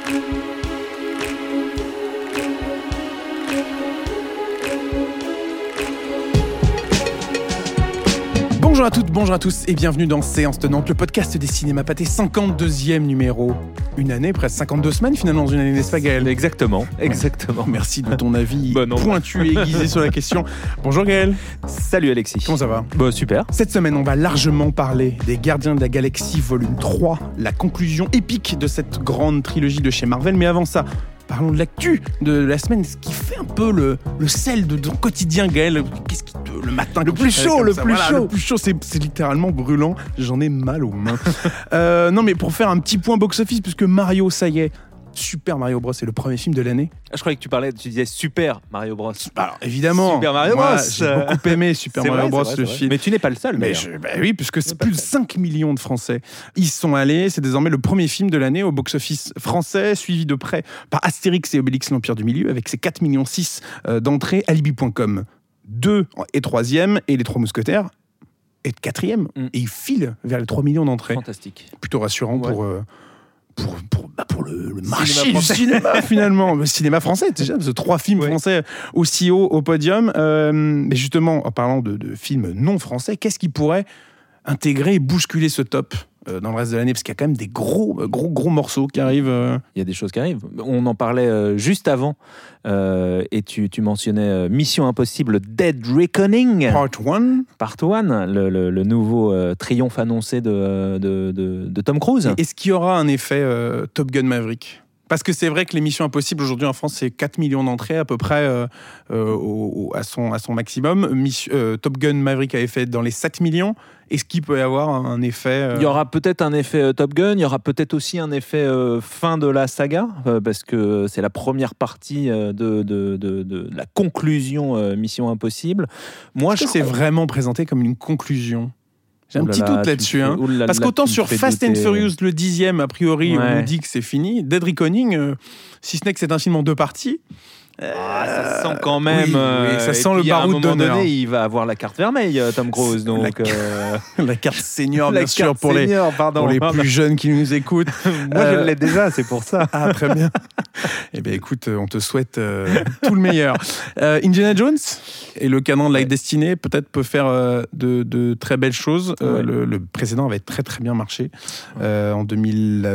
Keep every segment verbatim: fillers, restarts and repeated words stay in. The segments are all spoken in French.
Bonjour à toutes, bonjour à tous et bienvenue dans Séance Tenante, le podcast des cinémas pâtés, cinquante-deuxième numéro. Une année, presque cinquante-deux semaines finalement dans une année, n'est-ce pas Gaël ? Exactement, exactement. Ouais. Merci de ton avis bon, pointu et aiguisé sur la question. Bonjour Gaël. Salut Alexis. Comment ça va ? Bon, super. Cette semaine, on va largement parler des Gardiens de la Galaxie volume trois, la conclusion épique de cette grande trilogie de chez Marvel. Mais avant ça, parlons de l'actu de la semaine, ce qui fait un peu le, le sel de ton quotidien, Gaël. Qu'est-ce qui te, le matin, le plus chaud, le ça, plus voilà, chaud, le plus chaud, c'est, c'est littéralement brûlant. J'en ai mal aux mains. euh, non, mais pour faire un petit point box-office, puisque Mario, ça y est, Super Mario Bros, c'est le premier film de l'année. Ah, je croyais que tu parlais, tu disais Super Mario Bros. Alors évidemment, Super Mario moi, Bros. J'ai beaucoup aimé Super c'est Mario vrai, Bros, c'est vrai, le c'est film. Mais tu n'es pas le seul. Mais je, bah oui, puisque c'est plus de cinq millions de Français. Ils sont allés, c'est désormais le premier film de l'année au box-office français, suivi de près par Astérix et Obélix, l'Empire du Milieu, avec ses quatre virgule six millions d'entrées. Alibi point com, deux et troisième, et Les Trois Mousquetaires est quatrième. Mm. Et il file vers les trois millions d'entrées. Fantastique. Plutôt rassurant ouais. pour... Euh, Pour, pour, bah pour le, le marché cinéma du cinéma, finalement. Le cinéma français, déjà, parce que trois films ouais. français aussi haut au podium. Euh, mais justement, en parlant de, de films non français, qu'est-ce qui pourrait intégrer et bousculer ce top euh, dans le reste de l'année ? Parce qu'il y a quand même des gros, gros, gros morceaux qui arrivent. Euh... Il y a des choses qui arrivent. On en parlait euh, juste avant, euh, et tu, tu mentionnais euh, Mission Impossible Dead Reckoning. Part un. Part un, le, le, le nouveau euh, triomphe annoncé de, de, de, de Tom Cruise. Et est-ce qu'il y aura un effet euh, Top Gun Maverick ? Parce que c'est vrai que les Missions Impossibles aujourd'hui en France, c'est quatre millions d'entrées à peu près euh, euh, au, au, à, son, à son maximum. Mission, euh, Top Gun Maverick avait fait dans les sept millions. Est-ce qu'il peut y avoir un effet euh... Il y aura peut-être un effet euh, Top Gun, il y aura peut-être aussi un effet euh, fin de la saga, euh, parce que c'est la première partie euh, de, de, de, de la conclusion euh, Mission Impossible. Moi, Est-ce je que c'est crois... vraiment présenté comme une conclusion ? J'ai un petit doute là-dessus. Hein. Là, Parce qu'autant sur Fast douter... and Furious, le dixième, a priori, ouais. on nous dit que c'est fini. Dead Reckoning, euh, si ce n'est que c'est un film en deux parties. Ah, ça sent quand même. Oui, oui, ça sent et le baroud d'honneur. À un moment donné, il va avoir la carte vermeille, Tom Cruise. Donc, la, euh... la carte senior, bien la sûr, carte pour, senior, les, pardon, pour les pardon. plus jeunes qui nous écoutent. Moi, euh... je l'ai déjà, c'est pour ça. Ah, très bien. Eh bien, écoute, on te souhaite euh, tout le meilleur. Euh, Indiana Jones et le canon de la ouais. destinée, peut-être, peut faire euh, de, de très belles choses. Euh, ouais. le, le précédent avait très, très bien marché euh, en deux mille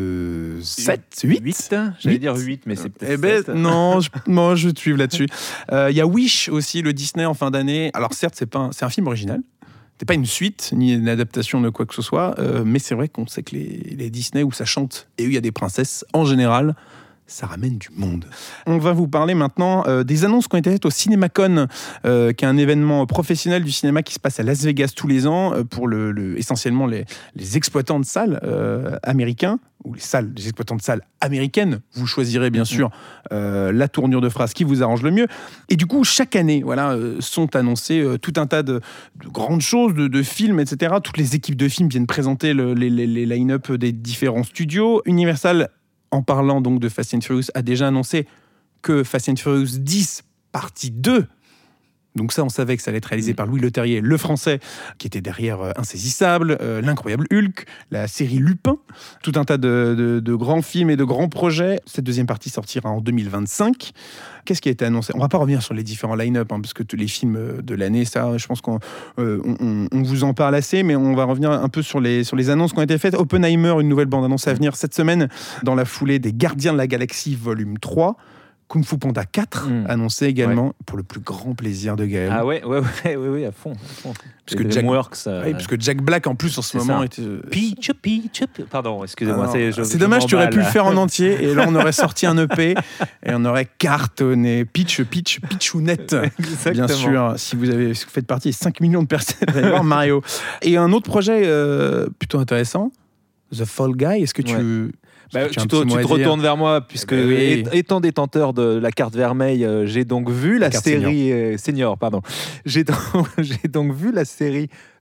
sept, huit J'allais dire huit, mais c'est peut-être eh ben, sept. Non, je, moi, je vais te suivre là-dessus. Il euh, y a Wish aussi, le Disney en fin d'année. Alors certes, c'est, pas un, c'est un film original. C'est pas une suite, ni une adaptation de quoi que ce soit. Euh, mais c'est vrai qu'on sait que les, les Disney où ça chante et où il y a des princesses, en général, ça ramène du monde. On va vous parler maintenant euh, des annonces qui ont été faites au CinemaCon, euh, qui est un événement professionnel du cinéma qui se passe à Las Vegas tous les ans euh, pour le, le, essentiellement les, les exploitants de salles euh, américains, ou les salles, les exploitants de salles américaines. Vous choisirez bien sûr euh, la tournure de phrase qui vous arrange le mieux. Et du coup, chaque année, voilà, euh, sont annoncés euh, tout un tas de, de grandes choses, de, de films, et cetera. Toutes les équipes de films viennent présenter le, les, les, les line-up des différents studios. Universal, en parlant donc de Fast and Furious, a déjà annoncé que Fast and Furious dix, partie deux, donc ça on savait que ça allait être réalisé par Louis Leterrier, le français, qui était derrière euh, Insaisissable, euh, L'Incroyable Hulk, la série Lupin, tout un tas de, de, de grands films et de grands projets. Cette deuxième partie sortira en deux mille vingt-cinq. Qu'est-ce qui a été annoncé ? On ne va pas revenir sur les différents line-up, hein, parce que tous les films de l'année, ça, je pense qu'on euh, on, on vous en parle assez, mais on va revenir un peu sur les, sur les annonces qui ont été faites. Oppenheimer, une nouvelle bande-annonce à venir cette semaine, dans la foulée des Gardiens de la Galaxie, volume trois. Kung Fu Panda quatre, mmh. annoncé également, ouais. pour le plus grand plaisir de Gaël. Ah ouais, ouais, ouais, ouais, ouais à fond. À fond. Parce, que Jack, Works, euh... oui, parce que Jack Black, en plus, en ce moment... Était... Peach, peach, pardon, excusez-moi. Ah c'est je, c'est je dommage, tu aurais pu le faire en là. entier, et là, on aurait sorti un E P, et on aurait cartonné. Peach, Peach, Peachounette. Bien sûr, si vous, avez, si vous faites partie des cinq millions de personnes, vous allez voir Mario. Et un autre projet euh, plutôt intéressant, The Fall Guy, est-ce que tu... Ouais. Bah, tu, tu te, tu te retournes vers moi, puisque eh ben, oui. étant détenteur de la carte vermeille, euh, j'ai donc vu la, la série... Senior. Euh, senior, pardon. J'ai donc, j'ai donc vu la série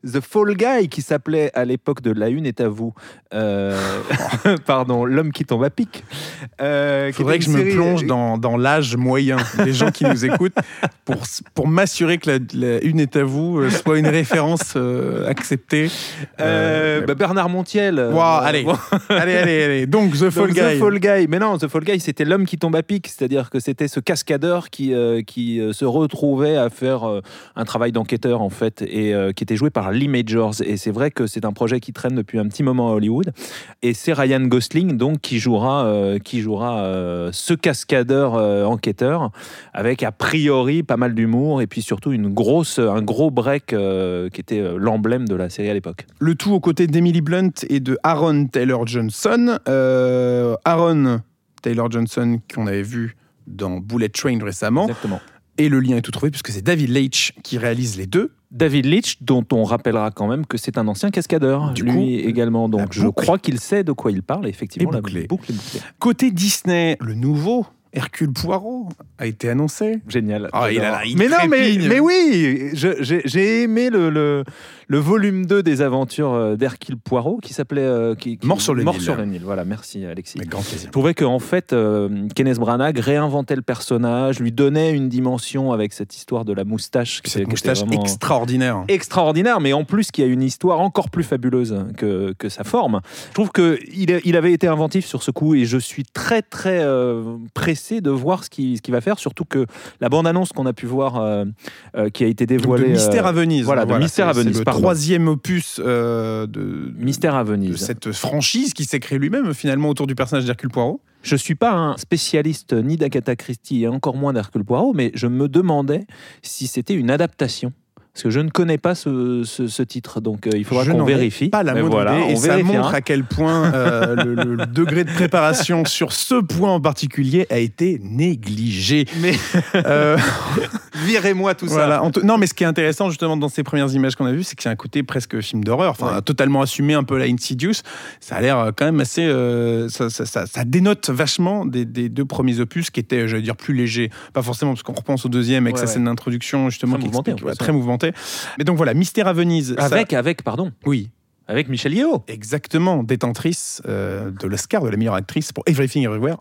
The Fall Guy, qui s'appelait à l'époque de La Une est à vous. Euh... Pardon, L'homme qui tombe à pic. Euh, Il faudrait que je série... me plonge dans, dans l'âge moyen des gens qui nous écoutent pour, pour m'assurer que la, la Une est à vous soit une référence euh, acceptée. Euh, euh, bah Bernard Montiel. Wow, euh, allez. Bon. allez, allez, allez. Donc The Fall Donc, Guy. The Fall Guy. Mais non, The Fall Guy, c'était l'homme qui tombe à pic, c'est-à-dire que c'était ce cascadeur qui, euh, qui euh, se retrouvait à faire euh, un travail d'enquêteur en fait, et euh, qui était joué par Lee Majors. Et c'est vrai que c'est un projet qui traîne depuis un petit moment à Hollywood. Et c'est Ryan Gosling donc qui jouera, euh, qui jouera euh, ce cascadeur euh, enquêteur, avec a priori pas mal d'humour et puis surtout une grosse, un gros break euh, qui était euh, l'emblème de la série à l'époque. Le tout aux côtés d'Emily Blunt et de Aaron Taylor Johnson. Euh, Aaron Taylor Johnson qu'on avait vu dans Bullet Train récemment. Exactement. Et le lien est tout trouvé puisque c'est David Leitch qui réalise les deux. David Leitch, dont on rappellera quand même que c'est un ancien cascadeur, du lui coup, également. Donc je crois qu'il sait de quoi il parle. Effectivement, la boucle est bouclée. Côté Disney, le nouveau Hercule Poirot a été annoncé. Génial. Oh, il a la, il mais non, mais, mais oui, je, j'ai, j'ai aimé le, le, le volume deux des aventures d'Hercule Poirot qui s'appelait euh, qui, qui, Mort sur le Mort Nil. sur le Nil. Voilà, merci Alexis. Avec grand plaisir. Je trouvais qu'en fait, euh, Kenneth Branagh réinventait le personnage, lui donnait une dimension avec cette histoire de la moustache. Cette qui moustache extraordinaire. Extraordinaire, mais en plus qui a une histoire encore plus fabuleuse que, que sa forme. Je trouve qu'il il avait été inventif sur ce coup et je suis très très euh, pressé de voir ce qu'il, ce qu'il va faire, surtout que la bande-annonce qu'on a pu voir euh, euh, qui a été dévoilée... Donc de Mystère à Venise. Voilà, de voilà, Mystère c'est, à Venise, c'est le pardon. troisième opus euh, de, Mystère à Venise. de cette franchise qui s'est créée lui-même finalement autour du personnage d'Hercule Poirot. Je ne suis pas un spécialiste ni d'Agatha Christie et encore moins d'Hercule Poirot, mais je me demandais si c'était une adaptation. Parce que je ne connais pas ce, ce, ce titre, donc euh, il faudra je qu'on vérifie. Pas la moindre voilà, idée, et ça vérifiera. montre à quel point euh, le, le degré de préparation sur ce point en particulier a été négligé. Mais euh... virez-moi tout voilà. ça. T- non, mais ce qui est intéressant justement dans ces premières images qu'on a vues, c'est que c'est un côté presque film d'horreur, enfin ouais. totalement assumé, un peu la Insidious. Ça a l'air quand même assez, euh, ça, ça, ça, ça dénote vachement des, des deux premiers opus qui étaient, je veux dire, plus légers. Pas forcément parce qu'on repense au deuxième avec ouais, sa ouais. scène d'introduction justement, très qui mouvementé, explique, ouais, très mouvementé. Mais donc voilà, Mystère à Venise. Avec, ça... avec, pardon. Oui. Avec Michelle Yeoh. Exactement, détentrice euh, de l'Oscar de la meilleure actrice pour Everything Everywhere.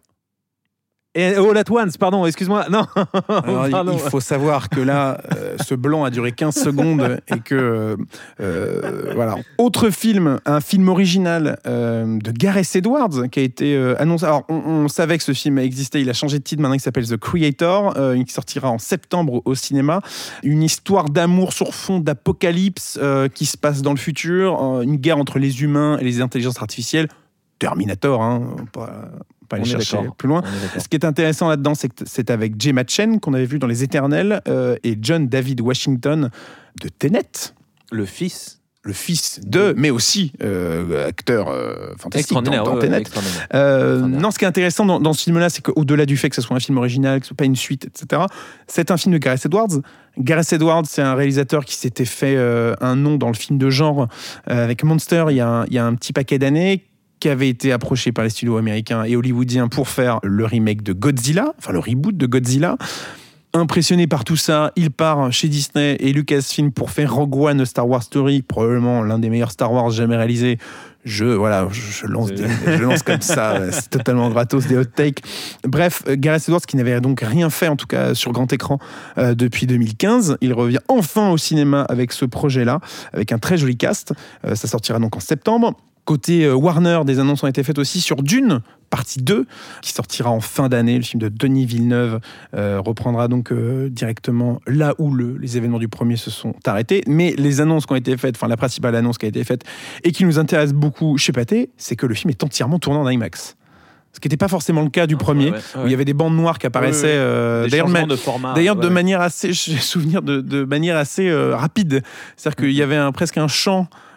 Et All at Once, pardon, excuse-moi. Non. Alors, pardon. Il faut savoir que là, euh, ce blanc a duré quinze secondes et que euh, voilà. Autre film, un film original euh, de Gareth Edwards qui a été euh, annoncé. Alors, on, on savait que ce film existait. Il a changé de titre maintenant. Il s'appelle The Creator. Euh, qui sortira en septembre au cinéma. Une histoire d'amour sur fond d'apocalypse euh, qui se passe dans le futur. Euh, une guerre entre les humains et les intelligences artificielles. Terminator, hein. Pas, pas aller chercher plus loin. Ce qui est intéressant là-dedans, c'est que c'est avec Gemma Chen, qu'on avait vu dans Les Éternels, euh, et John David Washington de Tenet. Le fils. Le fils de, mais aussi euh, acteur euh, fantastique dans, dans ouais, Tenet. Euh, non, ce qui est intéressant dans, dans ce film-là, c'est qu'au-delà du fait que ce soit un film original, que ce soit pas une suite, et cetera, c'est un film de Gareth Edwards. Gareth Edwards, c'est un réalisateur qui s'était fait euh, un nom dans le film de genre euh, avec Monster il y, a un, il y a un petit paquet d'années, qui avait été approché par les studios américains et hollywoodiens pour faire le remake de Godzilla, enfin le reboot de Godzilla. Impressionné par tout ça, il part chez Disney et Lucasfilm pour faire Rogue One, A Star Wars Story, probablement l'un des meilleurs Star Wars jamais réalisés. Je, voilà, je, je, lance des, je lance comme ça, c'est totalement gratos, des hot takes. Bref, Gareth Edwards, qui n'avait donc rien fait, en tout cas sur grand écran, euh, depuis deux mille quinze, il revient enfin au cinéma avec ce projet-là, avec un très joli cast. Euh, ça sortira donc en septembre. Côté euh, Warner, des annonces ont été faites aussi sur Dune, partie deux, qui sortira en fin d'année. Le film de Denis Villeneuve euh, reprendra donc euh, directement là où le, les événements du premier se sont arrêtés. Mais les annonces qui ont été faites, enfin la principale annonce qui a été faite et qui nous intéresse beaucoup chez Pathé, c'est que le film est entièrement tourné en IMAX. Ce qui n'était pas forcément le cas du ah, premier, ouais, ouais. où il y avait des bandes noires qui apparaissaient. Ouais, ouais. Euh, d'ailleurs, ma... de format, d'ailleurs ouais. de manière assez, j'ai souvenir de, de manière assez euh, rapide. C'est-à-dire qu'il y avait un, presque un champ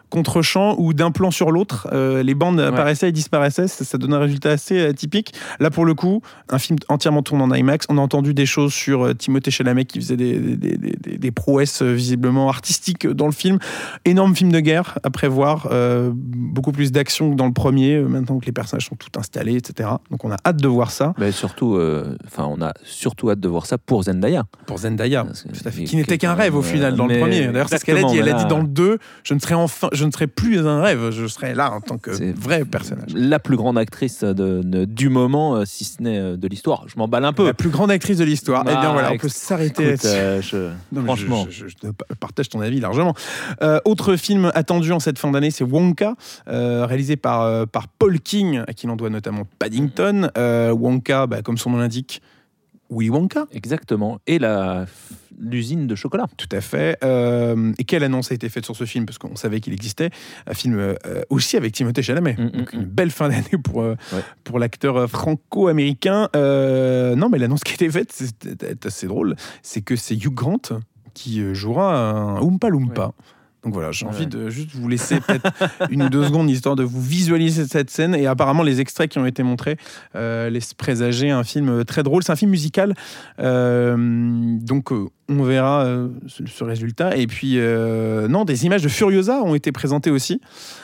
contre-champ où d'un plan sur l'autre, euh, les bandes ouais. apparaissaient et disparaissaient. Ça, ça donne un résultat assez atypique. Là, pour le coup, un film entièrement tourné en IMAX. On a entendu des choses sur euh, Timothée Chalamet qui faisait des, des, des, des, des prouesses euh, visiblement artistiques dans le film. Énorme film de guerre à prévoir. Euh, beaucoup plus d'action que dans le premier, euh, maintenant que les personnages sont tout installés, et cetera. Donc on a hâte de voir ça. Mais surtout, euh, enfin, on a surtout hâte de voir ça pour Zendaya. Pour Zendaya, tout à fait. Qui n'était qu'un rêve au final dans le premier. D'ailleurs, c'est ce qu'elle a dit. Elle a dit dans le deux, je ne serai enfin, je ne serai plus un rêve. Je serai là en tant que c'est vrai personnage. La plus grande actrice de, de, du moment, si ce n'est de l'histoire. Je m'emballe un peu. La plus grande actrice de l'histoire. Bah, eh bien voilà, on peut s'arrêter. Écoute, euh, je... Non, franchement, je, je, je, je partage ton avis largement. Euh, autre film attendu en cette fin d'année, c'est Wonka, euh, réalisé par euh, par Paul King, à qui l'on doit notamment Paddington. Euh, Wonka, bah, comme son nom l'indique, Willy Wonka. Exactement. Et la l'usine de chocolat. Tout à fait. Euh, et quelle annonce a été faite sur ce film, parce qu'on savait qu'il existait. Un film euh, aussi avec Timothée Chalamet. Mm-hmm. Donc une belle fin d'année pour, euh, ouais. pour l'acteur franco-américain. Euh, non, mais l'annonce qui a été faite, c'est assez drôle. C'est que c'est Hugh Grant qui jouera un Oompa Loompa. Ouais. Donc voilà, j'ai envie ouais. de juste vous laisser peut-être une ou deux secondes histoire de vous visualiser cette scène. Et apparemment, les extraits qui ont été montrés euh, laissent présager un film très drôle. C'est un film musical. Euh, donc, euh, on verra euh, ce, ce résultat. Et puis, euh, non, des images de Furiosa ont été présentées aussi.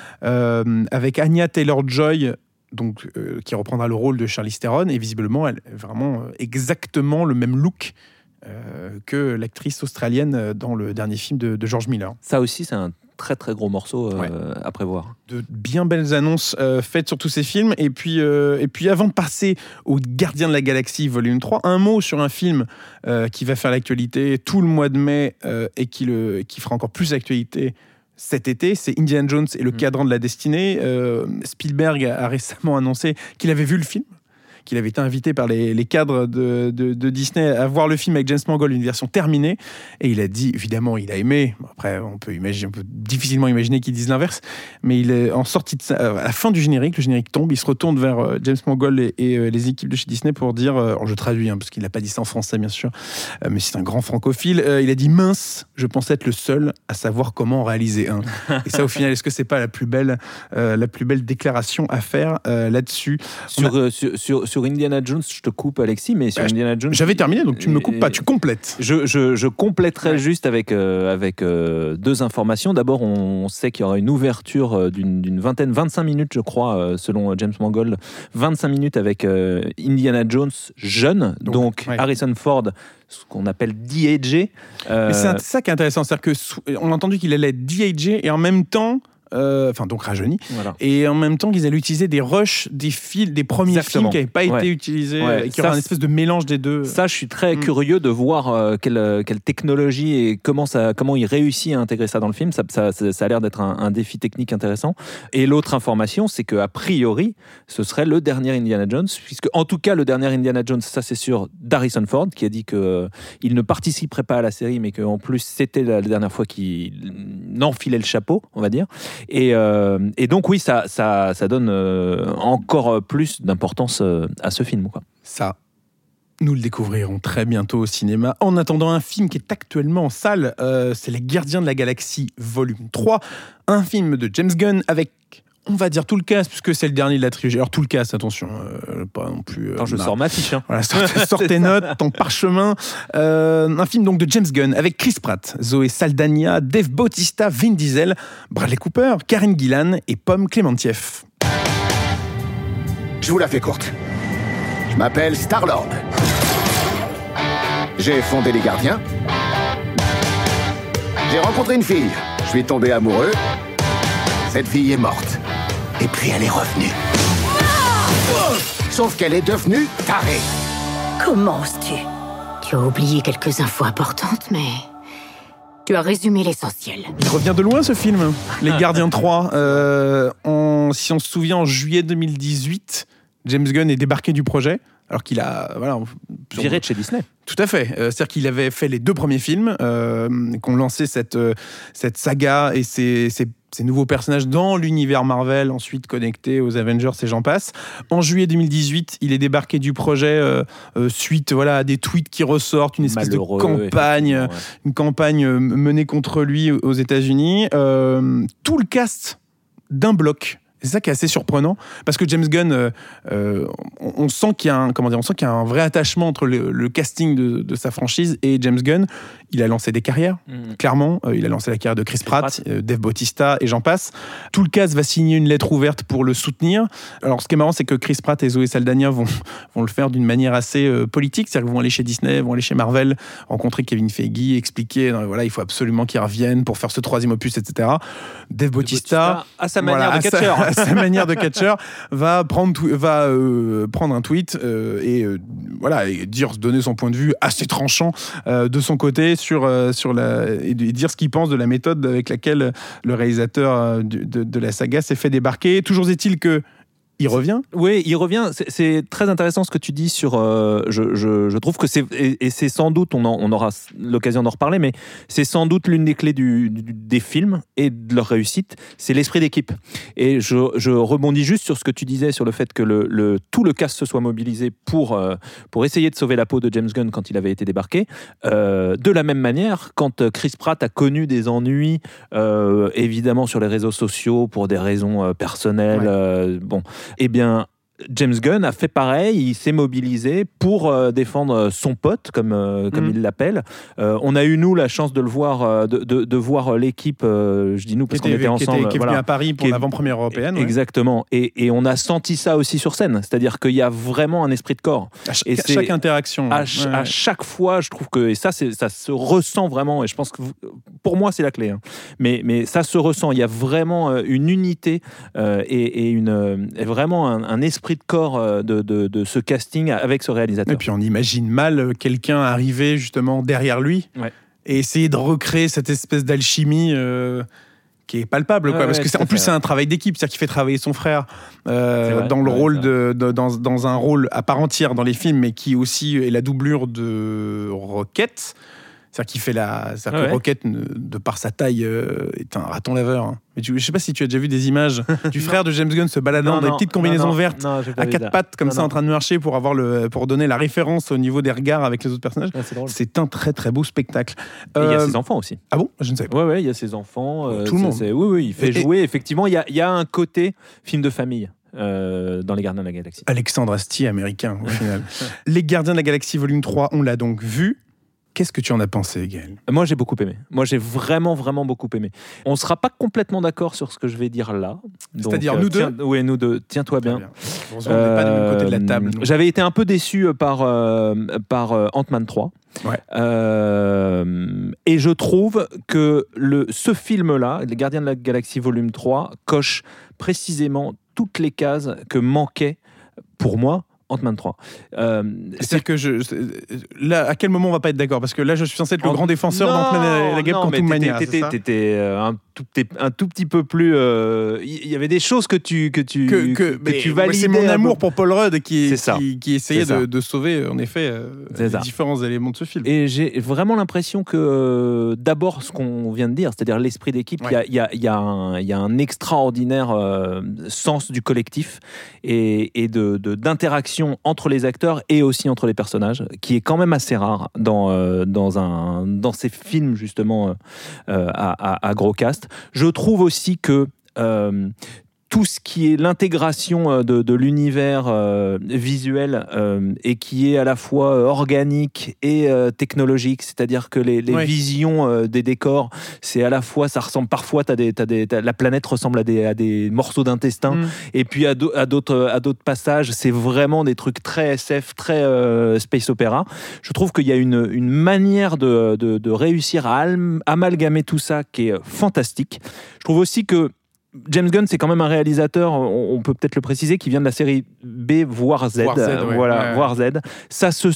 Euh, avec Anya Taylor-Joy, donc, euh, qui reprendra le rôle de Charlize Theron. Et visiblement, elle a vraiment exactement le même look Euh, que l'actrice australienne dans le dernier film de, de George Miller. Ça aussi, c'est un très très gros morceau euh, ouais. à prévoir. De bien belles annonces euh, faites sur tous ces films. Et puis, euh, et puis avant de passer au Gardiens de la Galaxie volume trois, un mot sur un film euh, qui va faire l'actualité tout le mois de mai euh, et qui, le, qui fera encore plus l'actualité cet été, c'est Indiana Jones et le mmh. Cadran de la Destinée. Euh, Spielberg a, a récemment annoncé qu'il avait vu le film, qu'il avait été invité par les, les cadres de, de, de Disney à voir le film avec James Mangold, une version terminée, et il a dit, évidemment, il a aimé. Après, on peut imaginer, on peut difficilement imaginer qu'il dise l'inverse, mais il est en sortie de ça, à la fin du générique, le générique tombe, il se retourne vers James Mangold et, et les équipes de chez Disney pour dire, alors je traduis, hein, parce qu'il n'a pas dit ça en français, bien sûr, mais c'est un grand francophile, il a dit, mince, je pensais être le seul à savoir comment en réaliser un. Et ça, au final, est-ce que c'est pas la plus belle, euh, la plus belle déclaration à faire euh, là-dessus? Sur, a... euh, sur, sur Sur Indiana Jones, je te coupe, Alexis, mais sur bah, Indiana Jones... J'avais terminé, donc tu ne me coupes pas, tu complètes. Je, je, je compléterai ouais. juste avec, euh, avec euh, deux informations. D'abord, on sait qu'il y aura une ouverture d'une, d'une vingtaine, vingt-cinq minutes, je crois, euh, selon James Mangold. vingt-cinq minutes avec euh, Indiana Jones jeune, donc, donc ouais. Harrison Ford, ce qu'on appelle de-agé. Euh... Mais c'est ça qui est intéressant, c'est-à-dire qu'on a entendu qu'il allait être de-agé et en même temps... enfin euh, donc rajeuni, voilà. Et en même temps qu'ils allaient utiliser des rushs des films, des premiers Exactement. films qui n'avaient pas ouais. été utilisés, ouais. et qui aura une espèce de mélange des deux. Ça, je suis très mmh. curieux de voir euh, quelle, quelle technologie et comment, ça, comment il réussit à intégrer ça dans le film. Ça, ça, ça a l'air d'être un, un défi technique intéressant. Et l'autre information, c'est qu'a priori, ce serait le dernier Indiana Jones, puisque en tout cas, le dernier Indiana Jones, ça c'est sûr, d'Harrison Ford, qui a dit qu'il euh, ne participerait pas à la série, mais qu'en plus, c'était la, la dernière fois qu'il enfilait le chapeau, on va dire. Et, euh, et donc oui, ça, ça, ça donne euh, encore plus d'importance euh, à ce film, quoi. Ça, nous le découvrirons très bientôt au cinéma. En attendant, un film qui est actuellement en salle, euh, c'est Les Gardiens de la Galaxie volume trois, un film de James Gunn avec... on va dire tout le cast, puisque c'est le dernier de la trilogie. Alors, tout le cast, attention, euh, pas non plus... Euh, Attends, je sors ma fiche. Hein. Voilà, sors, sors tes notes, ton parchemin. Euh, un film donc de James Gunn, avec Chris Pratt, Zoé Saldana, Dave Bautista, Vin Diesel, Bradley Cooper, Karen Gillan et Pom Klementieff. Je vous la fais courte. Je m'appelle Star-Lord. J'ai fondé les Gardiens. J'ai rencontré une fille. Je suis tombé amoureux. Cette fille est morte. Et puis elle est revenue. Sauf qu'elle est devenue tarée. Comment oses-tu ? Tu as oublié quelques infos importantes, mais... tu as résumé l'essentiel. Il revient de loin, ce film. Les Gardiens trois. Euh, on, si on se souvient, en juillet deux mille dix-huit, James Gunn est débarqué du projet, alors qu'il a... Voilà, viré de chez Disney. Tout à fait. Euh, c'est-à-dire qu'il avait fait les deux premiers films, euh, qu'on lançait cette, euh, cette saga et ces, ces, ces nouveaux personnages dans l'univers Marvel, ensuite connectés aux Avengers et j'en passe. En juillet deux mille dix-huit, il est débarqué du projet euh, euh, suite voilà, à des tweets qui ressortent, une espèce Malheureux, de campagne, ouais. une campagne menée contre lui aux États-Unis. Euh, tout le cast d'un bloc. C'est ça qui est assez surprenant, parce que James Gunn, euh, euh, on, on sent qu'il y a un, comment dire, on sent qu'il y a un vrai attachement entre le, le casting de, de sa franchise et James Gunn. Il a lancé des carrières, mmh. clairement. Euh, il a lancé la carrière de Chris, Chris Pratt, Pratt. Euh, Dave Bautista et j'en passe. Tout le cast va signer une lettre ouverte pour le soutenir. Alors, ce qui est marrant, c'est que Chris Pratt et Zoé Saldana vont, vont le faire d'une manière assez euh, politique, c'est-à-dire qu'ils vont aller chez Disney, vont aller chez Marvel, rencontrer Kevin Feige, expliquer, non, voilà, il faut absolument qu'il revienne pour faire ce troisième opus, et cetera. Dave Bautista, à sa manière voilà, de catcheur. À sa manière de catcheur, va prendre, va, euh, prendre un tweet euh, et, euh, voilà, et dire, donner son point de vue assez tranchant euh, de son côté sur, euh, sur la, et dire ce qu'il pense de la méthode avec laquelle le réalisateur euh, de, de, de la saga s'est fait débarquer. Toujours est-il que il revient. Oui, il revient. C'est, c'est très intéressant ce que tu dis sur. Euh, je, je, je trouve que c'est et, et c'est sans doute, on, en, on aura l'occasion d'en reparler, mais c'est sans doute l'une des clés du, du, des films et de leur réussite, c'est l'esprit d'équipe. Et je, je rebondis juste sur ce que tu disais sur le fait que le, le tout le cast se soit mobilisé pour euh, pour essayer de sauver la peau de James Gunn quand il avait été débarqué. Euh, de la même manière, quand Chris Pratt a connu des ennuis, euh, évidemment sur les réseaux sociaux pour des raisons euh, personnelles, ouais. euh, bon. Eh bien, James Gunn a fait pareil, il s'est mobilisé pour euh, défendre son pote, comme, euh, comme mmh. il l'appelle. Euh, on a eu, nous, la chance de le voir, euh, de, de, de voir l'équipe, euh, je dis nous parce qui qu'on était, était ensemble. Qui, était, qui est voilà, venu à Paris pour est, l'avant-première européenne. Exactement. Ouais. Et, et on a senti ça aussi sur scène, c'est-à-dire qu'il y a vraiment un esprit de corps. À, ch- et à chaque interaction. À, ouais. ch- à chaque fois, je trouve que, et ça, c'est, ça se ressent vraiment, et je pense que pour moi, c'est la clé. Hein. Mais, mais ça se ressent, il y a vraiment une unité euh, et, et, une, et vraiment un, un esprit de corps euh, de De, de, de ce casting avec ce réalisateur. Et puis on imagine mal quelqu'un arriver justement derrière lui ouais. et essayer de recréer cette espèce d'alchimie euh, qui est palpable, quoi, ouais, parce ouais, que c'est, en plus fait. C'est un travail d'équipe, c'est-à-dire qu'il fait travailler son frère euh, vrai, dans le ouais, rôle de, de dans, dans un rôle à part entière dans les films, mais qui aussi est la doublure de Rocket. C'est-à-dire qu'il fait la. C'est-à-dire ah ouais. que Rocket, de par sa taille, euh, est un raton laveur. Hein. Mais tu, je sais pas si tu as déjà vu des images du frère de James Gunn se baladant non, dans non, des petites combinaisons non, non, vertes non, à quatre pattes comme non, ça non. en train de marcher pour avoir le pour donner la référence au niveau des regards avec les autres personnages. Ah, c'est, c'est un très très beau spectacle. Et il euh, y a ses enfants aussi. Ah bon? Je ne sais pas. Ouais ouais, il y a ses enfants. Euh, Tout le monde. C'est, oui oui, il fait et, jouer. Effectivement, il y a il y a un côté film de famille. Euh, dans Les Gardiens de la Galaxie. Alexandre Astier américain au final. Les Gardiens de la Galaxie volume trois, on l'a donc vu. Qu'est-ce que tu en as pensé, Gaël ? Moi, j'ai beaucoup aimé. Moi, j'ai vraiment, vraiment beaucoup aimé. On ne sera pas complètement d'accord sur ce que je vais dire là. Donc, C'est-à-dire euh, nous tiens, deux ? Oui, nous deux. Tiens-toi bien. bien. Heureusement, euh, on n'est pas du même côté de la table. Donc. J'avais été un peu déçu par, euh, par euh, Ant-Man trois. Ouais. Euh, et je trouve que le, ce film-là, Les Gardiens de la Galaxie volume trois, coche précisément toutes les cases que manquait, pour moi, Ant-Man trois. Euh, C'est-à-dire c'est... que je, là, à quel moment on va pas être d'accord ? Parce que là, je suis censé être le en... grand défenseur non, d'Ant-Man et la Guêpe Quantumania. T'étais, t'étais, t'étais un, tout, un tout petit peu plus. Il euh, y avait des choses que tu que tu que, que, que tu validais. C'est mon amour pour Paul Rudd qui qui, qui essayait de, de sauver en effet euh, les ça. différents éléments de ce film. Et j'ai vraiment l'impression que euh, d'abord ce qu'on vient de dire, c'est-à-dire l'esprit d'équipe, il ouais. y, y, a, y, a un, y a un extraordinaire euh, sens du collectif et, et de, de d'interaction entre les acteurs et aussi entre les personnages, qui est quand même assez rare dans, euh, dans, un, dans ces films justement euh, à, à, à gros cast. Je trouve aussi que euh, tout ce qui est l'intégration de, de l'univers euh, visuel euh, et qui est à la fois organique et euh, technologique, c'est-à-dire que les, les oui. visions euh, des décors, c'est à la fois, ça ressemble parfois, t'as des, t'as des, t'as, la planète ressemble à des, à des morceaux d'intestin, mm. et puis à, do, à, d'autres, à d'autres passages, c'est vraiment des trucs très S F, très euh, space opéra. Je trouve qu'il y a une, une manière de, de, de réussir à am- amalgamer tout ça qui est fantastique. Je trouve aussi que James Gunn, c'est quand même un réalisateur, on peut peut-être le préciser, qui vient de la série B, voire Z. Voire Z, ouais, voilà, ouais. voire Z. Ça se sent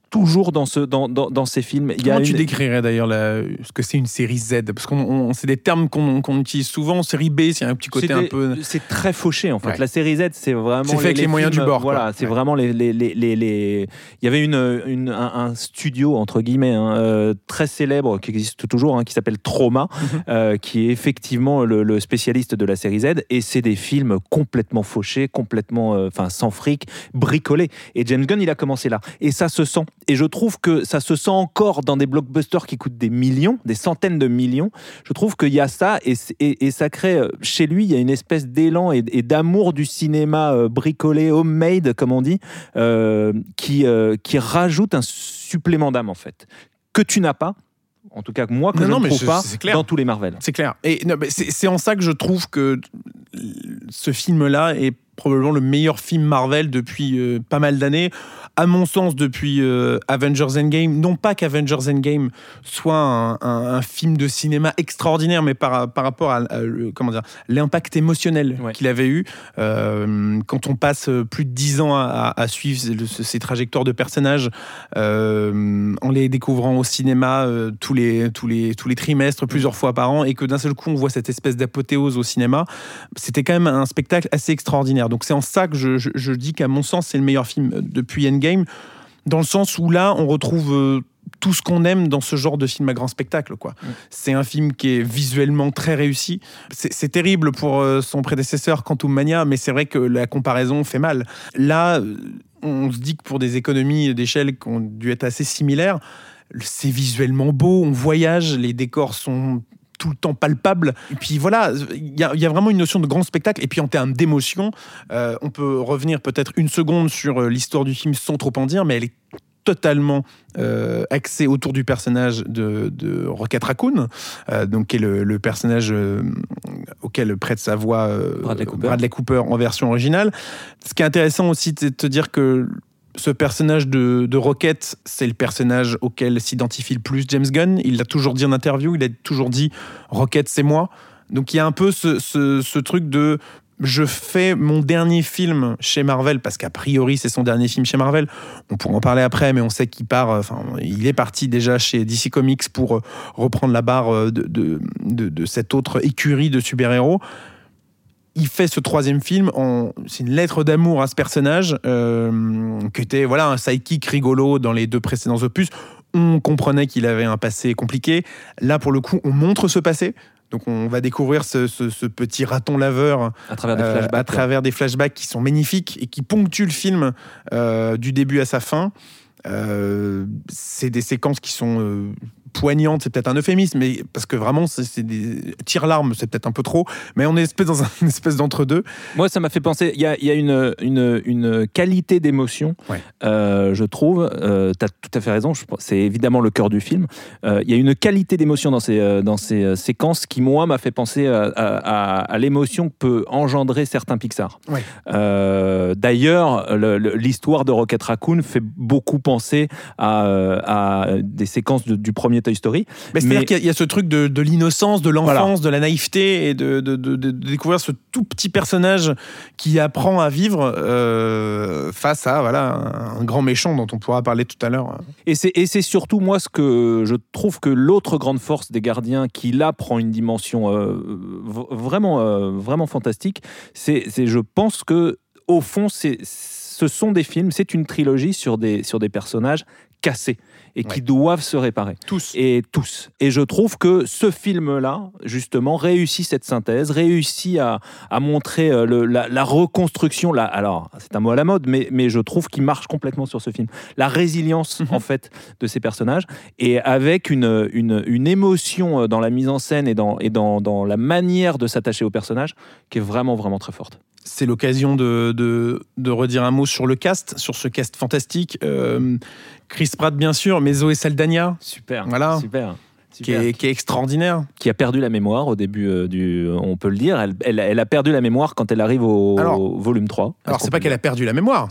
toujours dans, ce, dans, dans, dans ces films. Il y a Comment tu une... décrirais d'ailleurs la... ce que c'est une série Z? Parce que c'est des termes qu'on, qu'on utilise souvent. Série B, c'est un petit côté c'est un des... peu... C'est très fauché, en fait. Ouais. La série Z, c'est vraiment... C'est fait avec les, les moyens films, du bord. Voilà, quoi. c'est ouais. vraiment les, les, les, les, les... Il y avait une, une, un, un studio, entre guillemets, hein, euh, très célèbre, qui existe toujours, hein, qui s'appelle Trauma, mm-hmm. euh, qui est effectivement le, le spécialiste de la série Z. Et c'est des films complètement fauchés, complètement... Enfin, euh, sans fric, bricolés. Et James Gunn, il a commencé là. Et ça se sent. Et je trouve que ça se sent encore dans des blockbusters qui coûtent des millions, des centaines de millions. Je trouve qu'il y a ça et, et, et ça crée, chez lui, il y a une espèce d'élan et, et d'amour du cinéma euh, bricolé, homemade, comme on dit, euh, qui, euh, qui rajoute un supplément d'âme, en fait, que tu n'as pas. En tout cas, moi, que non, je non, ne trouve je, pas dans tous les Marvel. C'est clair. Et non, mais c'est, c'est en ça que je trouve que ce film-là est probablement le meilleur film Marvel depuis euh, pas mal d'années. À mon sens, depuis euh, Avengers Endgame. Non pas qu'Avengers Endgame soit un, un, un film de cinéma extraordinaire, mais par, par rapport à, à comment dire, l'impact émotionnel ouais. qu'il avait eu. Euh, quand on passe plus de dix ans à, à suivre ces trajectoires de personnages, euh, en les découvrant au cinéma euh, tous, les, tous, les, tous les trimestres, plusieurs fois par an, et que d'un seul coup, on voit cette espèce d'apothéose au cinéma, c'était quand même un spectacle assez extraordinaire. Donc c'est en ça que je, je, je dis qu'à mon sens, c'est le meilleur film depuis Endgame, dans le sens où là, on retrouve euh, tout ce qu'on aime dans ce genre de film à grand spectacle, quoi. Mmh. C'est un film qui est visuellement très réussi. C'est, c'est terrible pour euh, son prédécesseur Quantum Mania, mais c'est vrai que la comparaison fait mal. Là, on se dit que pour des économies d'échelle qui ont dû être assez similaires, c'est visuellement beau, on voyage, les décors sont tout le temps palpable. Et puis voilà, il y, y a vraiment une notion de grand spectacle. Et puis en termes d'émotion, euh, on peut revenir peut-être une seconde sur l'histoire du film sans trop en dire, mais elle est totalement euh, axée autour du personnage de, de Rocket Raccoon, euh, donc qui est le, le personnage euh, auquel prête sa voix euh, Bradley Cooper. Bradley Cooper en version originale. Ce qui est intéressant aussi, c'est de te dire que ce personnage de, de Rocket, c'est le personnage auquel s'identifie le plus James Gunn. Il l'a toujours dit en interview, il a toujours dit « Rocket, c'est moi ». Donc il y a un peu ce, ce, ce truc de « je fais mon dernier film chez Marvel », parce qu'a priori c'est son dernier film chez Marvel. On pourra en parler après, mais on sait qu'il part, enfin, il est parti déjà chez D C Comics pour reprendre la barre de, de, de, de cette autre écurie de super-héros. Il fait ce troisième film, en... c'est une lettre d'amour à ce personnage, euh, qui était voilà, un sidekick rigolo dans les deux précédents opus. On comprenait qu'il avait un passé compliqué. Là, pour le coup, on montre ce passé. Donc on va découvrir ce, ce, ce petit raton laveur à travers des flashbacks, euh, à travers des flashbacks qui sont magnifiques et qui ponctuent le film euh, du début à sa fin. Euh, c'est des séquences qui sont euh, poignantes, c'est peut-être un euphémisme, mais parce que vraiment c'est, c'est des tire-larmes, c'est peut-être un peu trop, mais on est espèce dans un, une espèce d'entre-deux. Moi, ça m'a fait penser, il y a, y a une, une, une qualité d'émotion, ouais. euh, je trouve, euh, tu as tout à fait raison, je, c'est évidemment le cœur du film, il euh, y a une qualité d'émotion dans ces, euh, dans ces euh, séquences qui, moi, m'a fait penser à, à, à l'émotion que peut engendrer certains Pixar. Ouais. Euh, d'ailleurs, le, le, l'histoire de Rocket Raccoon fait beaucoup penser à, à des séquences de, du premier Toy Story. Mais c'est-à-dire mais... qu'il y a, il y a ce truc de, de l'innocence, de l'enfance, voilà. de la naïveté et de, de, de, de découvrir ce tout petit personnage qui apprend à vivre euh, face à voilà, un grand méchant dont on pourra parler tout à l'heure. Et c'est, et c'est surtout moi ce que je trouve que l'autre grande force des Gardiens qui là prend une dimension euh, vraiment, euh, vraiment fantastique, c'est, c'est je pense que au fond c'est ce sont des films, c'est une trilogie sur des, sur des personnages cassés et qui ouais. doivent se réparer. Tous. Et tous. Et je trouve que ce film-là, justement, réussit cette synthèse, réussit à, à montrer le, la, la reconstruction. La, alors, c'est un mot à la mode, mais, mais je trouve qu'il marche complètement sur ce film. La résilience, mm-hmm. en fait, de ces personnages, et avec une, une, une émotion dans la mise en scène et, dans, et dans, dans la manière de s'attacher aux personnages qui est vraiment, vraiment très forte. C'est l'occasion de, de, de redire un mot sur le cast, sur ce cast fantastique. Euh, Chris Pratt, bien sûr, mais Zoé Saldana. Super, voilà, super. Qui est, qui est extraordinaire. Qui a perdu la mémoire au début euh, du... On peut le dire, elle, elle, elle a perdu la mémoire quand elle arrive au, alors, au volume trois. Alors, c'est pas qu'elle a perdu la mémoire.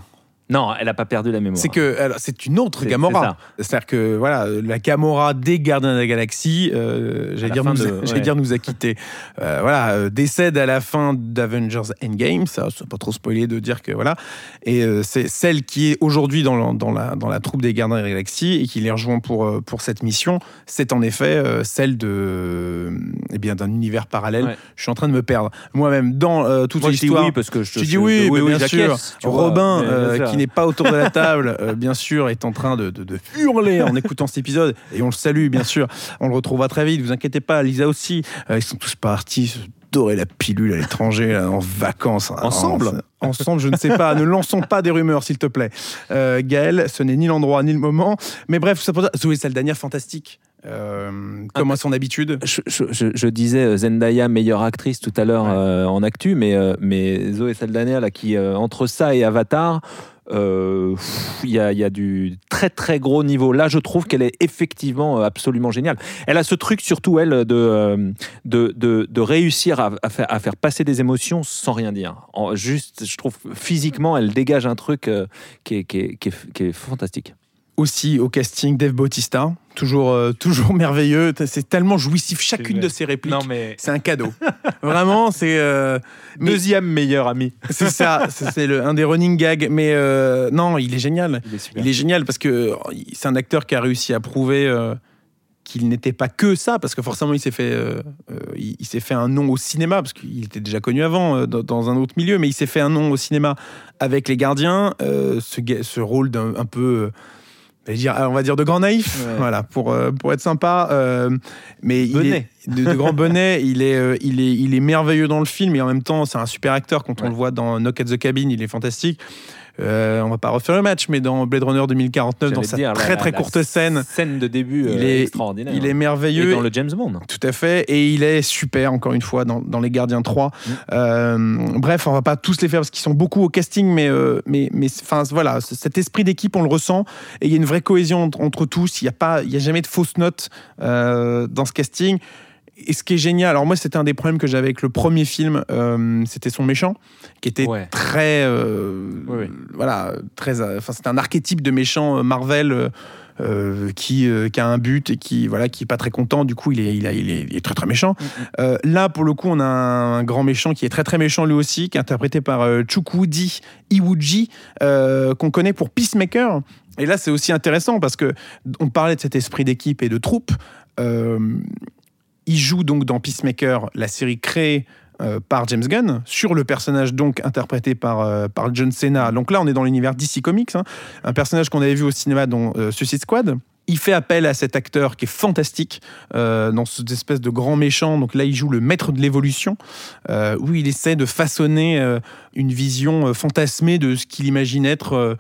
Non, elle n'a pas perdu la mémoire. C'est que alors, c'est une autre C'est- Gamora. C'est-à-dire que voilà, la Gamora des Gardiens de la Galaxie, euh, j'allais, la dire fin nous, de- j'allais ouais. dire nous a quittés. Euh, voilà, euh, décède à la fin d'Avengers Endgame. Ça, c'est pas trop spoilé de dire que voilà. Et euh, c'est celle qui est aujourd'hui dans, la- dans la dans la troupe des Gardiens de la Galaxie et qui les rejoint pour euh, pour cette mission. C'est en effet euh, celle de euh, eh bien d'un univers parallèle. Ouais. Je suis en train de me perdre moi-même dans euh, toute Moi, je dis l'histoire. oui parce que je te Tu dis je- oui, oui, mais oui, bien sûr. j'acquiesce, tu vois. Robin, Mais, euh, bien sûr. qui n'est pas autour de la table, euh, bien sûr, est en train de, de, de hurler en écoutant cet épisode. Et on le salue, bien sûr. On le retrouvera très vite, vous inquiétez pas. Lisa aussi. Euh, ils sont tous partis se dorer la pilule à l'étranger, là, en vacances. Ensemble En- Ensemble, je ne sais pas. Ne lançons pas des rumeurs, s'il te plaît. Euh, Gaël, ce n'est ni l'endroit ni le moment. Mais bref, ça pour ça. Zoé Saldana, fantastique. Euh, comme à son habitude. Je, je- je- je disais Zendaya meilleure actrice tout à l'heure Ouais. euh, en actu, mais, euh, mais Zoé Saldana là, qui euh, entre ça et Avatar, euh, pff, il y, a, il y a du très très gros niveau. Là, je trouve qu'elle est effectivement euh, absolument géniale. Elle a ce truc surtout elle de euh, de, de, de réussir à, à faire, à faire passer des émotions sans rien dire. En, juste, je trouve physiquement, elle dégage un truc euh, qui, est, qui, est, qui, est, qui est fantastique. Aussi au casting, Dave Bautista. Toujours, euh, toujours merveilleux. C'est tellement jouissif, chacune vrai. de ses répliques. mais C'est un cadeau. Vraiment, c'est. euh, mais deuxième meilleur ami. c'est ça, c'est c'est le, un des running gags. Mais euh, non, il est génial. Il est super. Il est génial parce que euh, c'est un acteur qui a réussi à prouver euh, qu'il n'était pas que ça, parce que forcément il s'est fait, euh, euh, il, il s'est fait un nom au cinéma, parce qu'il était déjà connu avant euh, dans, dans un autre milieu, mais il s'est fait un nom au cinéma avec Les Gardiens, euh, ce, ga- ce rôle d'un un peu. Euh, j'allais dire, on va dire de grand naïf, Ouais. voilà, pour, euh, pour être sympa. euh, mais il Benet. est, de, de grand bonnet, il est, euh, il, est, il est merveilleux dans le film et en même temps, c'est un super acteur. Quand on Ouais. le voit dans Knock at the Cabin, il est fantastique. Euh, on va pas refaire le match, mais dans Blade Runner deux mille quarante-neuf, dans J'allais sa dire, la- très très la courte scène, Scène de début il euh, est, extraordinaire. il est Et merveilleux. dans le James Bond. Tout à fait, et il est super, encore une fois, dans, dans Les Gardiens trois. Mm. Euh, bref, on va pas tous les faire parce qu'ils sont beaucoup au casting, mais, euh, mais, mais enfin, voilà, c- cet esprit d'équipe, on le ressent, et il y a une vraie cohésion entre, entre tous. Il n'y a, pas- il y a jamais de fausses notes euh, dans ce casting. Et ce qui est génial, alors moi, c'était un des problèmes que j'avais avec le premier film, euh, c'était son méchant, qui était Ouais. très. euh, Oui, oui. Voilà, très. euh, Enfin, c'était un archétype de méchant euh, Marvel. euh, euh, qui, euh, qui a un but et qui voilà qui est pas très content, du coup il est, il a- il est, il est très très méchant. Euh, là pour le coup on a un, un grand méchant qui est très très méchant lui aussi, qui est interprété par euh, Chukwudi Iwuji, euh, qu'on connaît pour Peacemaker. Et là c'est aussi intéressant parce que on parlait de cet esprit d'équipe et de troupe. Euh, il joue donc dans Peacemaker, la série créée euh, par James Gunn, sur le personnage donc interprété par, euh, par John Cena. Donc là, on est dans l'univers D C Comics, hein, un personnage qu'on avait vu au cinéma dans euh, Suicide Squad. Il fait appel à cet acteur qui est fantastique euh, dans cette espèce de grand méchant. Donc là, il joue le maître de l'évolution, euh, où il essaie de façonner euh, une vision euh, fantasmée de ce qu'il imagine être euh,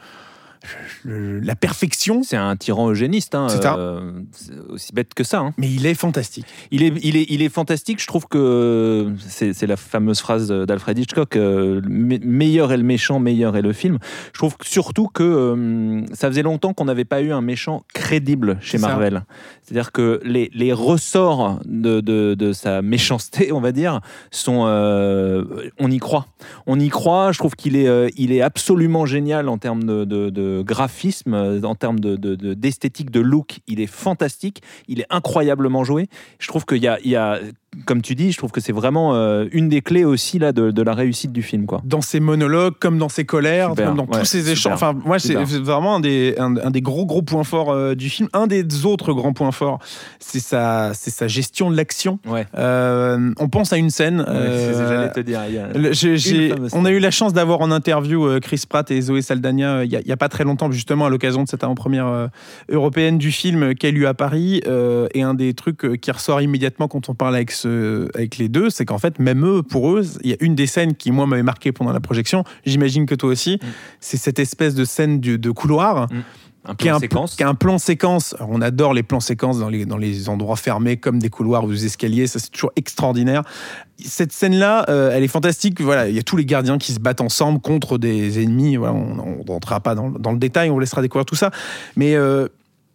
le- la perfection. C'est un tyran eugéniste. Hein, C'est ça. euh, c'est aussi bête que ça. Hein. Mais il est fantastique. Il est, il, est, il est fantastique. Je trouve que c'est, c'est la fameuse phrase d'Alfred Hitchcock euh, me- meilleur est le méchant, meilleur est le film. Je trouve surtout que euh, ça faisait longtemps qu'on n'avait pas eu un méchant crédible chez C'est ça. Marvel. C'est-à-dire que les, les ressorts de, de, de sa méchanceté, on va dire, sont. euh, on y croit. On y croit. Je trouve qu'il est, euh, il est absolument génial en termes de, de, de graphisme, euh, en termes de, de, de- d'esthétique, de look. Il est fantastique. Il est incroyablement joué. Je trouve qu'il y a, il y a, comme tu dis, je trouve que c'est vraiment euh, une des clés aussi là, de, de la réussite du film. Quoi. Dans ses monologues, comme dans ses colères, Super, comme dans ouais, tous ses super, échanges. Enfin, moi, c'est super. c'est vraiment un des, un, un des gros, gros points forts euh, du film. Un des autres grands points forts, c'est sa, c'est sa gestion de l'action. Ouais. Euh, on pense à une scène. euh, c'est- j'allais te dire. il y a- le- j'ai- j'ai- fameuse on a eu la chance d'avoir en interview euh, Chris Pratt et Zoé Saldana euh, il n'y a, a pas très longtemps, justement à l'occasion de cette avant-première euh, européenne du film euh, qui a eu lieu à Paris. Euh, et un des trucs euh, qui ressort immédiatement quand on parle avec, ce, avec les deux, c'est qu'en fait, même eux, pour eux, il y a une des scènes qui, moi, m'avait marqué pendant la projection, j'imagine que toi aussi, Mm. c'est cette espèce de scène du- de couloir. Un Qui est, plan un, séquence. qui est un plan séquence. Alors, on adore les plans séquences dans les, dans les endroits fermés comme des couloirs ou des escaliers, ça c'est toujours extraordinaire. Cette scène-là, euh, elle est fantastique. Voilà, il y a tous les gardiens qui se battent ensemble contre des ennemis. Voilà, on ne rentrera pas dans, dans le détail, on vous laissera découvrir tout ça. Mais euh,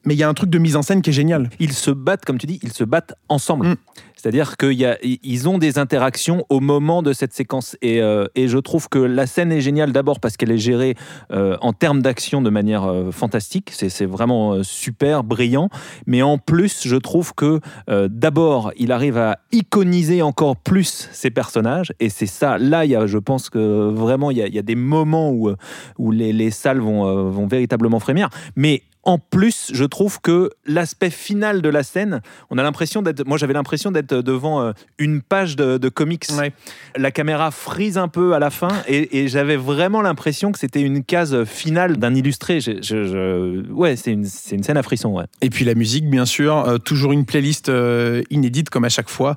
mais il y a un truc de mise en scène qui est génial. Ils se battent, comme tu dis, ils se battent ensemble. Mm. C'est-à-dire qu'ils ont des interactions au moment de cette séquence. Et, euh, et je trouve que la scène est géniale d'abord parce qu'elle est gérée euh, en termes d'action de manière euh, fantastique. C'est, c'est vraiment euh, super, brillant. Mais en plus, je trouve que euh, d'abord, il arrive à iconiser encore plus ses personnages. Et c'est ça. Là, il y a, je pense que vraiment, il y a, il y a des moments où, où les, les salles vont, euh, vont véritablement frémir. Mais en plus, je trouve que l'aspect final de la scène, on a l'impression d'être. Moi, j'avais l'impression d'être devant une page de, de comics. Ouais. La caméra frise un peu à la fin, et, et j'avais vraiment l'impression que c'était une case finale d'un illustré. Je, je, je... Ouais, c'est une, c'est une scène à frisson. Ouais. Et puis la musique, bien sûr, euh, toujours une playlist euh, inédite comme à chaque fois,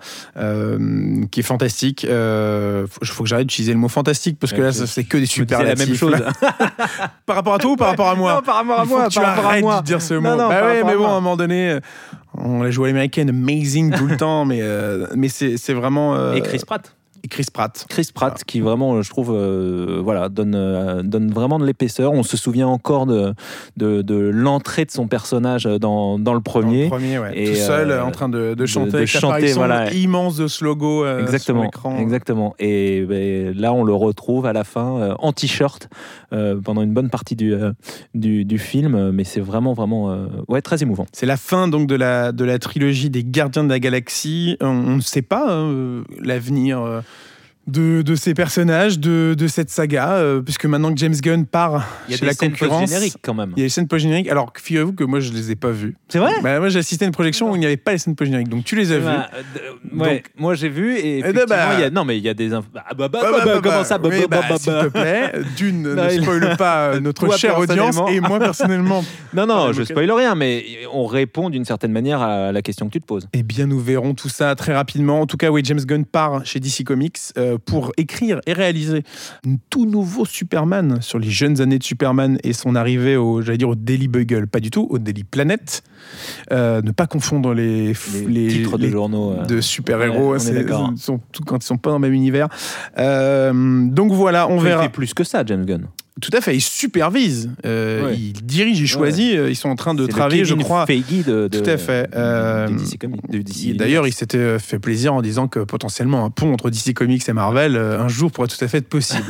euh, qui est fantastique. Il euh, faut que j'arrête d'utiliser le mot fantastique parce que là, ça, c'est que des superlatifs. C'est la même chose. Par rapport à toi ou par rapport à moi? Non, par rapport à Il faut moi. que tu par rapport à arrêtes moi. de dire ce Non, mot. non, bah par ouais, rapport mais à bon, moi. à un moment donné, on l'a joué à l'américaine, amazing tout le temps, mais, euh, mais c'est, c'est vraiment. Euh, Et Chris Pratt. Et Chris Pratt. Chris Pratt, Voilà. qui vraiment, je trouve, euh, voilà, donne, euh, donne vraiment de l'épaisseur. On se souvient encore de, de, de l'entrée de son personnage dans, dans le premier. Dans le premier, ouais. Et, tout seul, euh, en train de, de de- chanter, de avec chanter, l'apparition voilà. immense de ce logo euh, Exactement, sur l'écran. exactement. Et ben, là, on le retrouve à la fin euh, en t-shirt euh, pendant une bonne partie du, euh, du, du film. Mais c'est vraiment, vraiment, euh, ouais, très émouvant. C'est la fin donc de la, de la trilogie des Gardiens de la Galaxie. On, on ne sait pas hein, l'avenir euh, de, de ces personnages, de, de cette saga, euh, puisque maintenant que James Gunn part Il y a chez des la scènes concurrence, post-génériques quand même. il y a les scènes post-génériques. Alors figurez-vous que moi je les ai pas vues. C'est vrai? Bah, moi j'ai assisté à une projection où il n'y avait pas les scènes post-génériques, donc tu les as vues. Bah, euh, ouais, Donc- moi j'ai vu et Eh ben, effectivement, bah- il y a non mais il y a des inf- bah, bah, bah, Bah, bah, bah, bah, bah, comment bah, ça bah, oui, bah, bah, bah, s'il bah. te plaît, d'une, Non, ne il- spoile pas euh, notre Toi, chère audience personnellement. et moi personnellement. Non Pas non, la je moquette. spoil rien, mais on répond d'une certaine manière à la question que tu te poses. Eh bien, nous verrons tout ça très rapidement. En tout cas, oui, James Gunn part chez D C Comics euh, pour écrire et réaliser un tout nouveau Superman sur les jeunes années de Superman et son arrivée au, j'allais dire au Daily Bugle, pas du tout, au Daily Planet. Euh, ne pas confondre les, Les, titres de les- journaux. euh. de super-héros, Ouais, on est c'est- d'accord. ils sont tout- quand ils sont pas dans le même univers. Euh, donc voilà, on Il verra. fait plus que ça, James Gunn. Tout à fait, il supervise, euh, Ouais. il dirige, il choisit. euh, Ils sont en train de C'est le travailler, je Kevin crois. Feige de, de, Tout à fait. de- Euh, de D C Comics. de D C Et D'ailleurs, il Universe. s'était fait plaisir en disant que potentiellement un pont entre D C Comics et Marvel, euh, un jour, pourrait tout à fait être possible.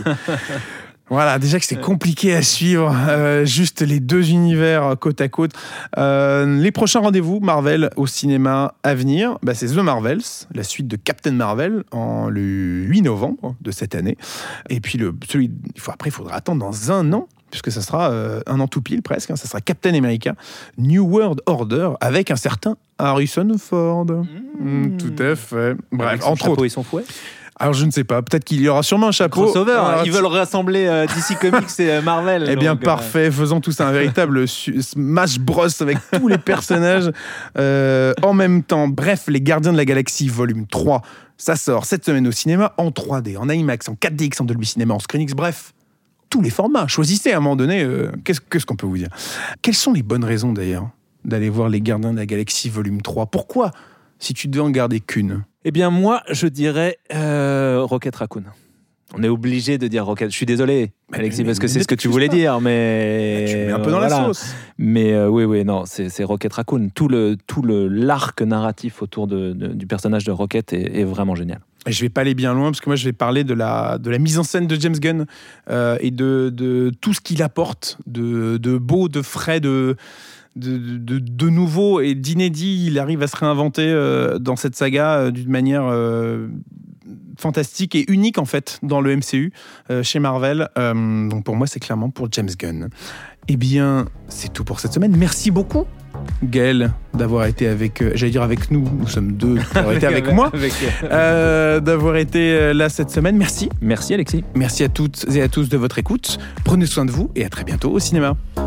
Voilà, déjà que c'est compliqué à suivre, euh, juste les deux univers euh, côte à côte. Euh, les prochains rendez-vous Marvel au cinéma à venir, bah, c'est The Marvels, la suite de Captain Marvel, en le huit novembre de cette année. Et puis le, celui, il faut, après, il faudra attendre dans un an, puisque ça sera euh, un an tout pile presque, hein, ça sera Captain America, New World Order, avec un certain Harrison Ford. Mm, tout à fait. Bref, Avec son entre chapeau autres. et son fouet. Alors je ne sais pas, peut-être qu'il y aura sûrement un chapeau. Crossover, Alors, ils veulent rassembler euh, D C Comics et euh, Marvel. Eh bien, donc, euh, parfait. Faisons tout ça un véritable su- Smash Bros avec tous les personnages euh, en même temps. Bref, Les Gardiens de la Galaxie, volume trois. Ça sort cette semaine au cinéma en trois D, en IMAX, en quatre D X, en Dolby Cinema, en ScreenX. Bref, tous les formats. Choisissez à un moment donné. euh, qu'est-ce, qu'est-ce qu'on peut vous dire? Quelles sont les bonnes raisons, d'ailleurs, d'aller voir Les Gardiens de la Galaxie, volume trois? Pourquoi, si tu devais en garder qu'une? Eh bien, moi, je dirais euh, Rocket Raccoon. On est obligé de dire Rocket. Je suis désolé, Mais- Alexis, mais- parce que mais c'est ne ce que tu t'excuse voulais pas. dire, mais Tu me mets un peu dans voilà. la sauce. Mais euh, oui, oui, non, c'est, c'est Rocket Raccoon. Tout le tout le l'arc narratif autour de, de- du personnage de Rocket est, est vraiment génial. Et je vais pas aller bien loin parce que moi je vais parler de la, de la mise en scène de James Gunn euh, et de, de tout ce qu'il apporte de, de beau, de frais, de, de, de, de nouveau et d'inédit. Il arrive à se réinventer euh, dans cette saga euh, d'une manière euh, fantastique et unique en fait dans le M C U euh, chez Marvel. Euh, donc pour moi c'est clairement pour James Gunn. Eh bien c'est tout pour cette semaine. Merci beaucoup Gaël d'avoir été avec, euh, j'allais dire avec nous, nous sommes deux, d'avoir été avec moi. Avec- Euh, d'avoir été euh, là cette semaine. Merci. Merci, Alexis. Merci à toutes et à tous de votre écoute. Prenez soin de vous et à très bientôt au cinéma.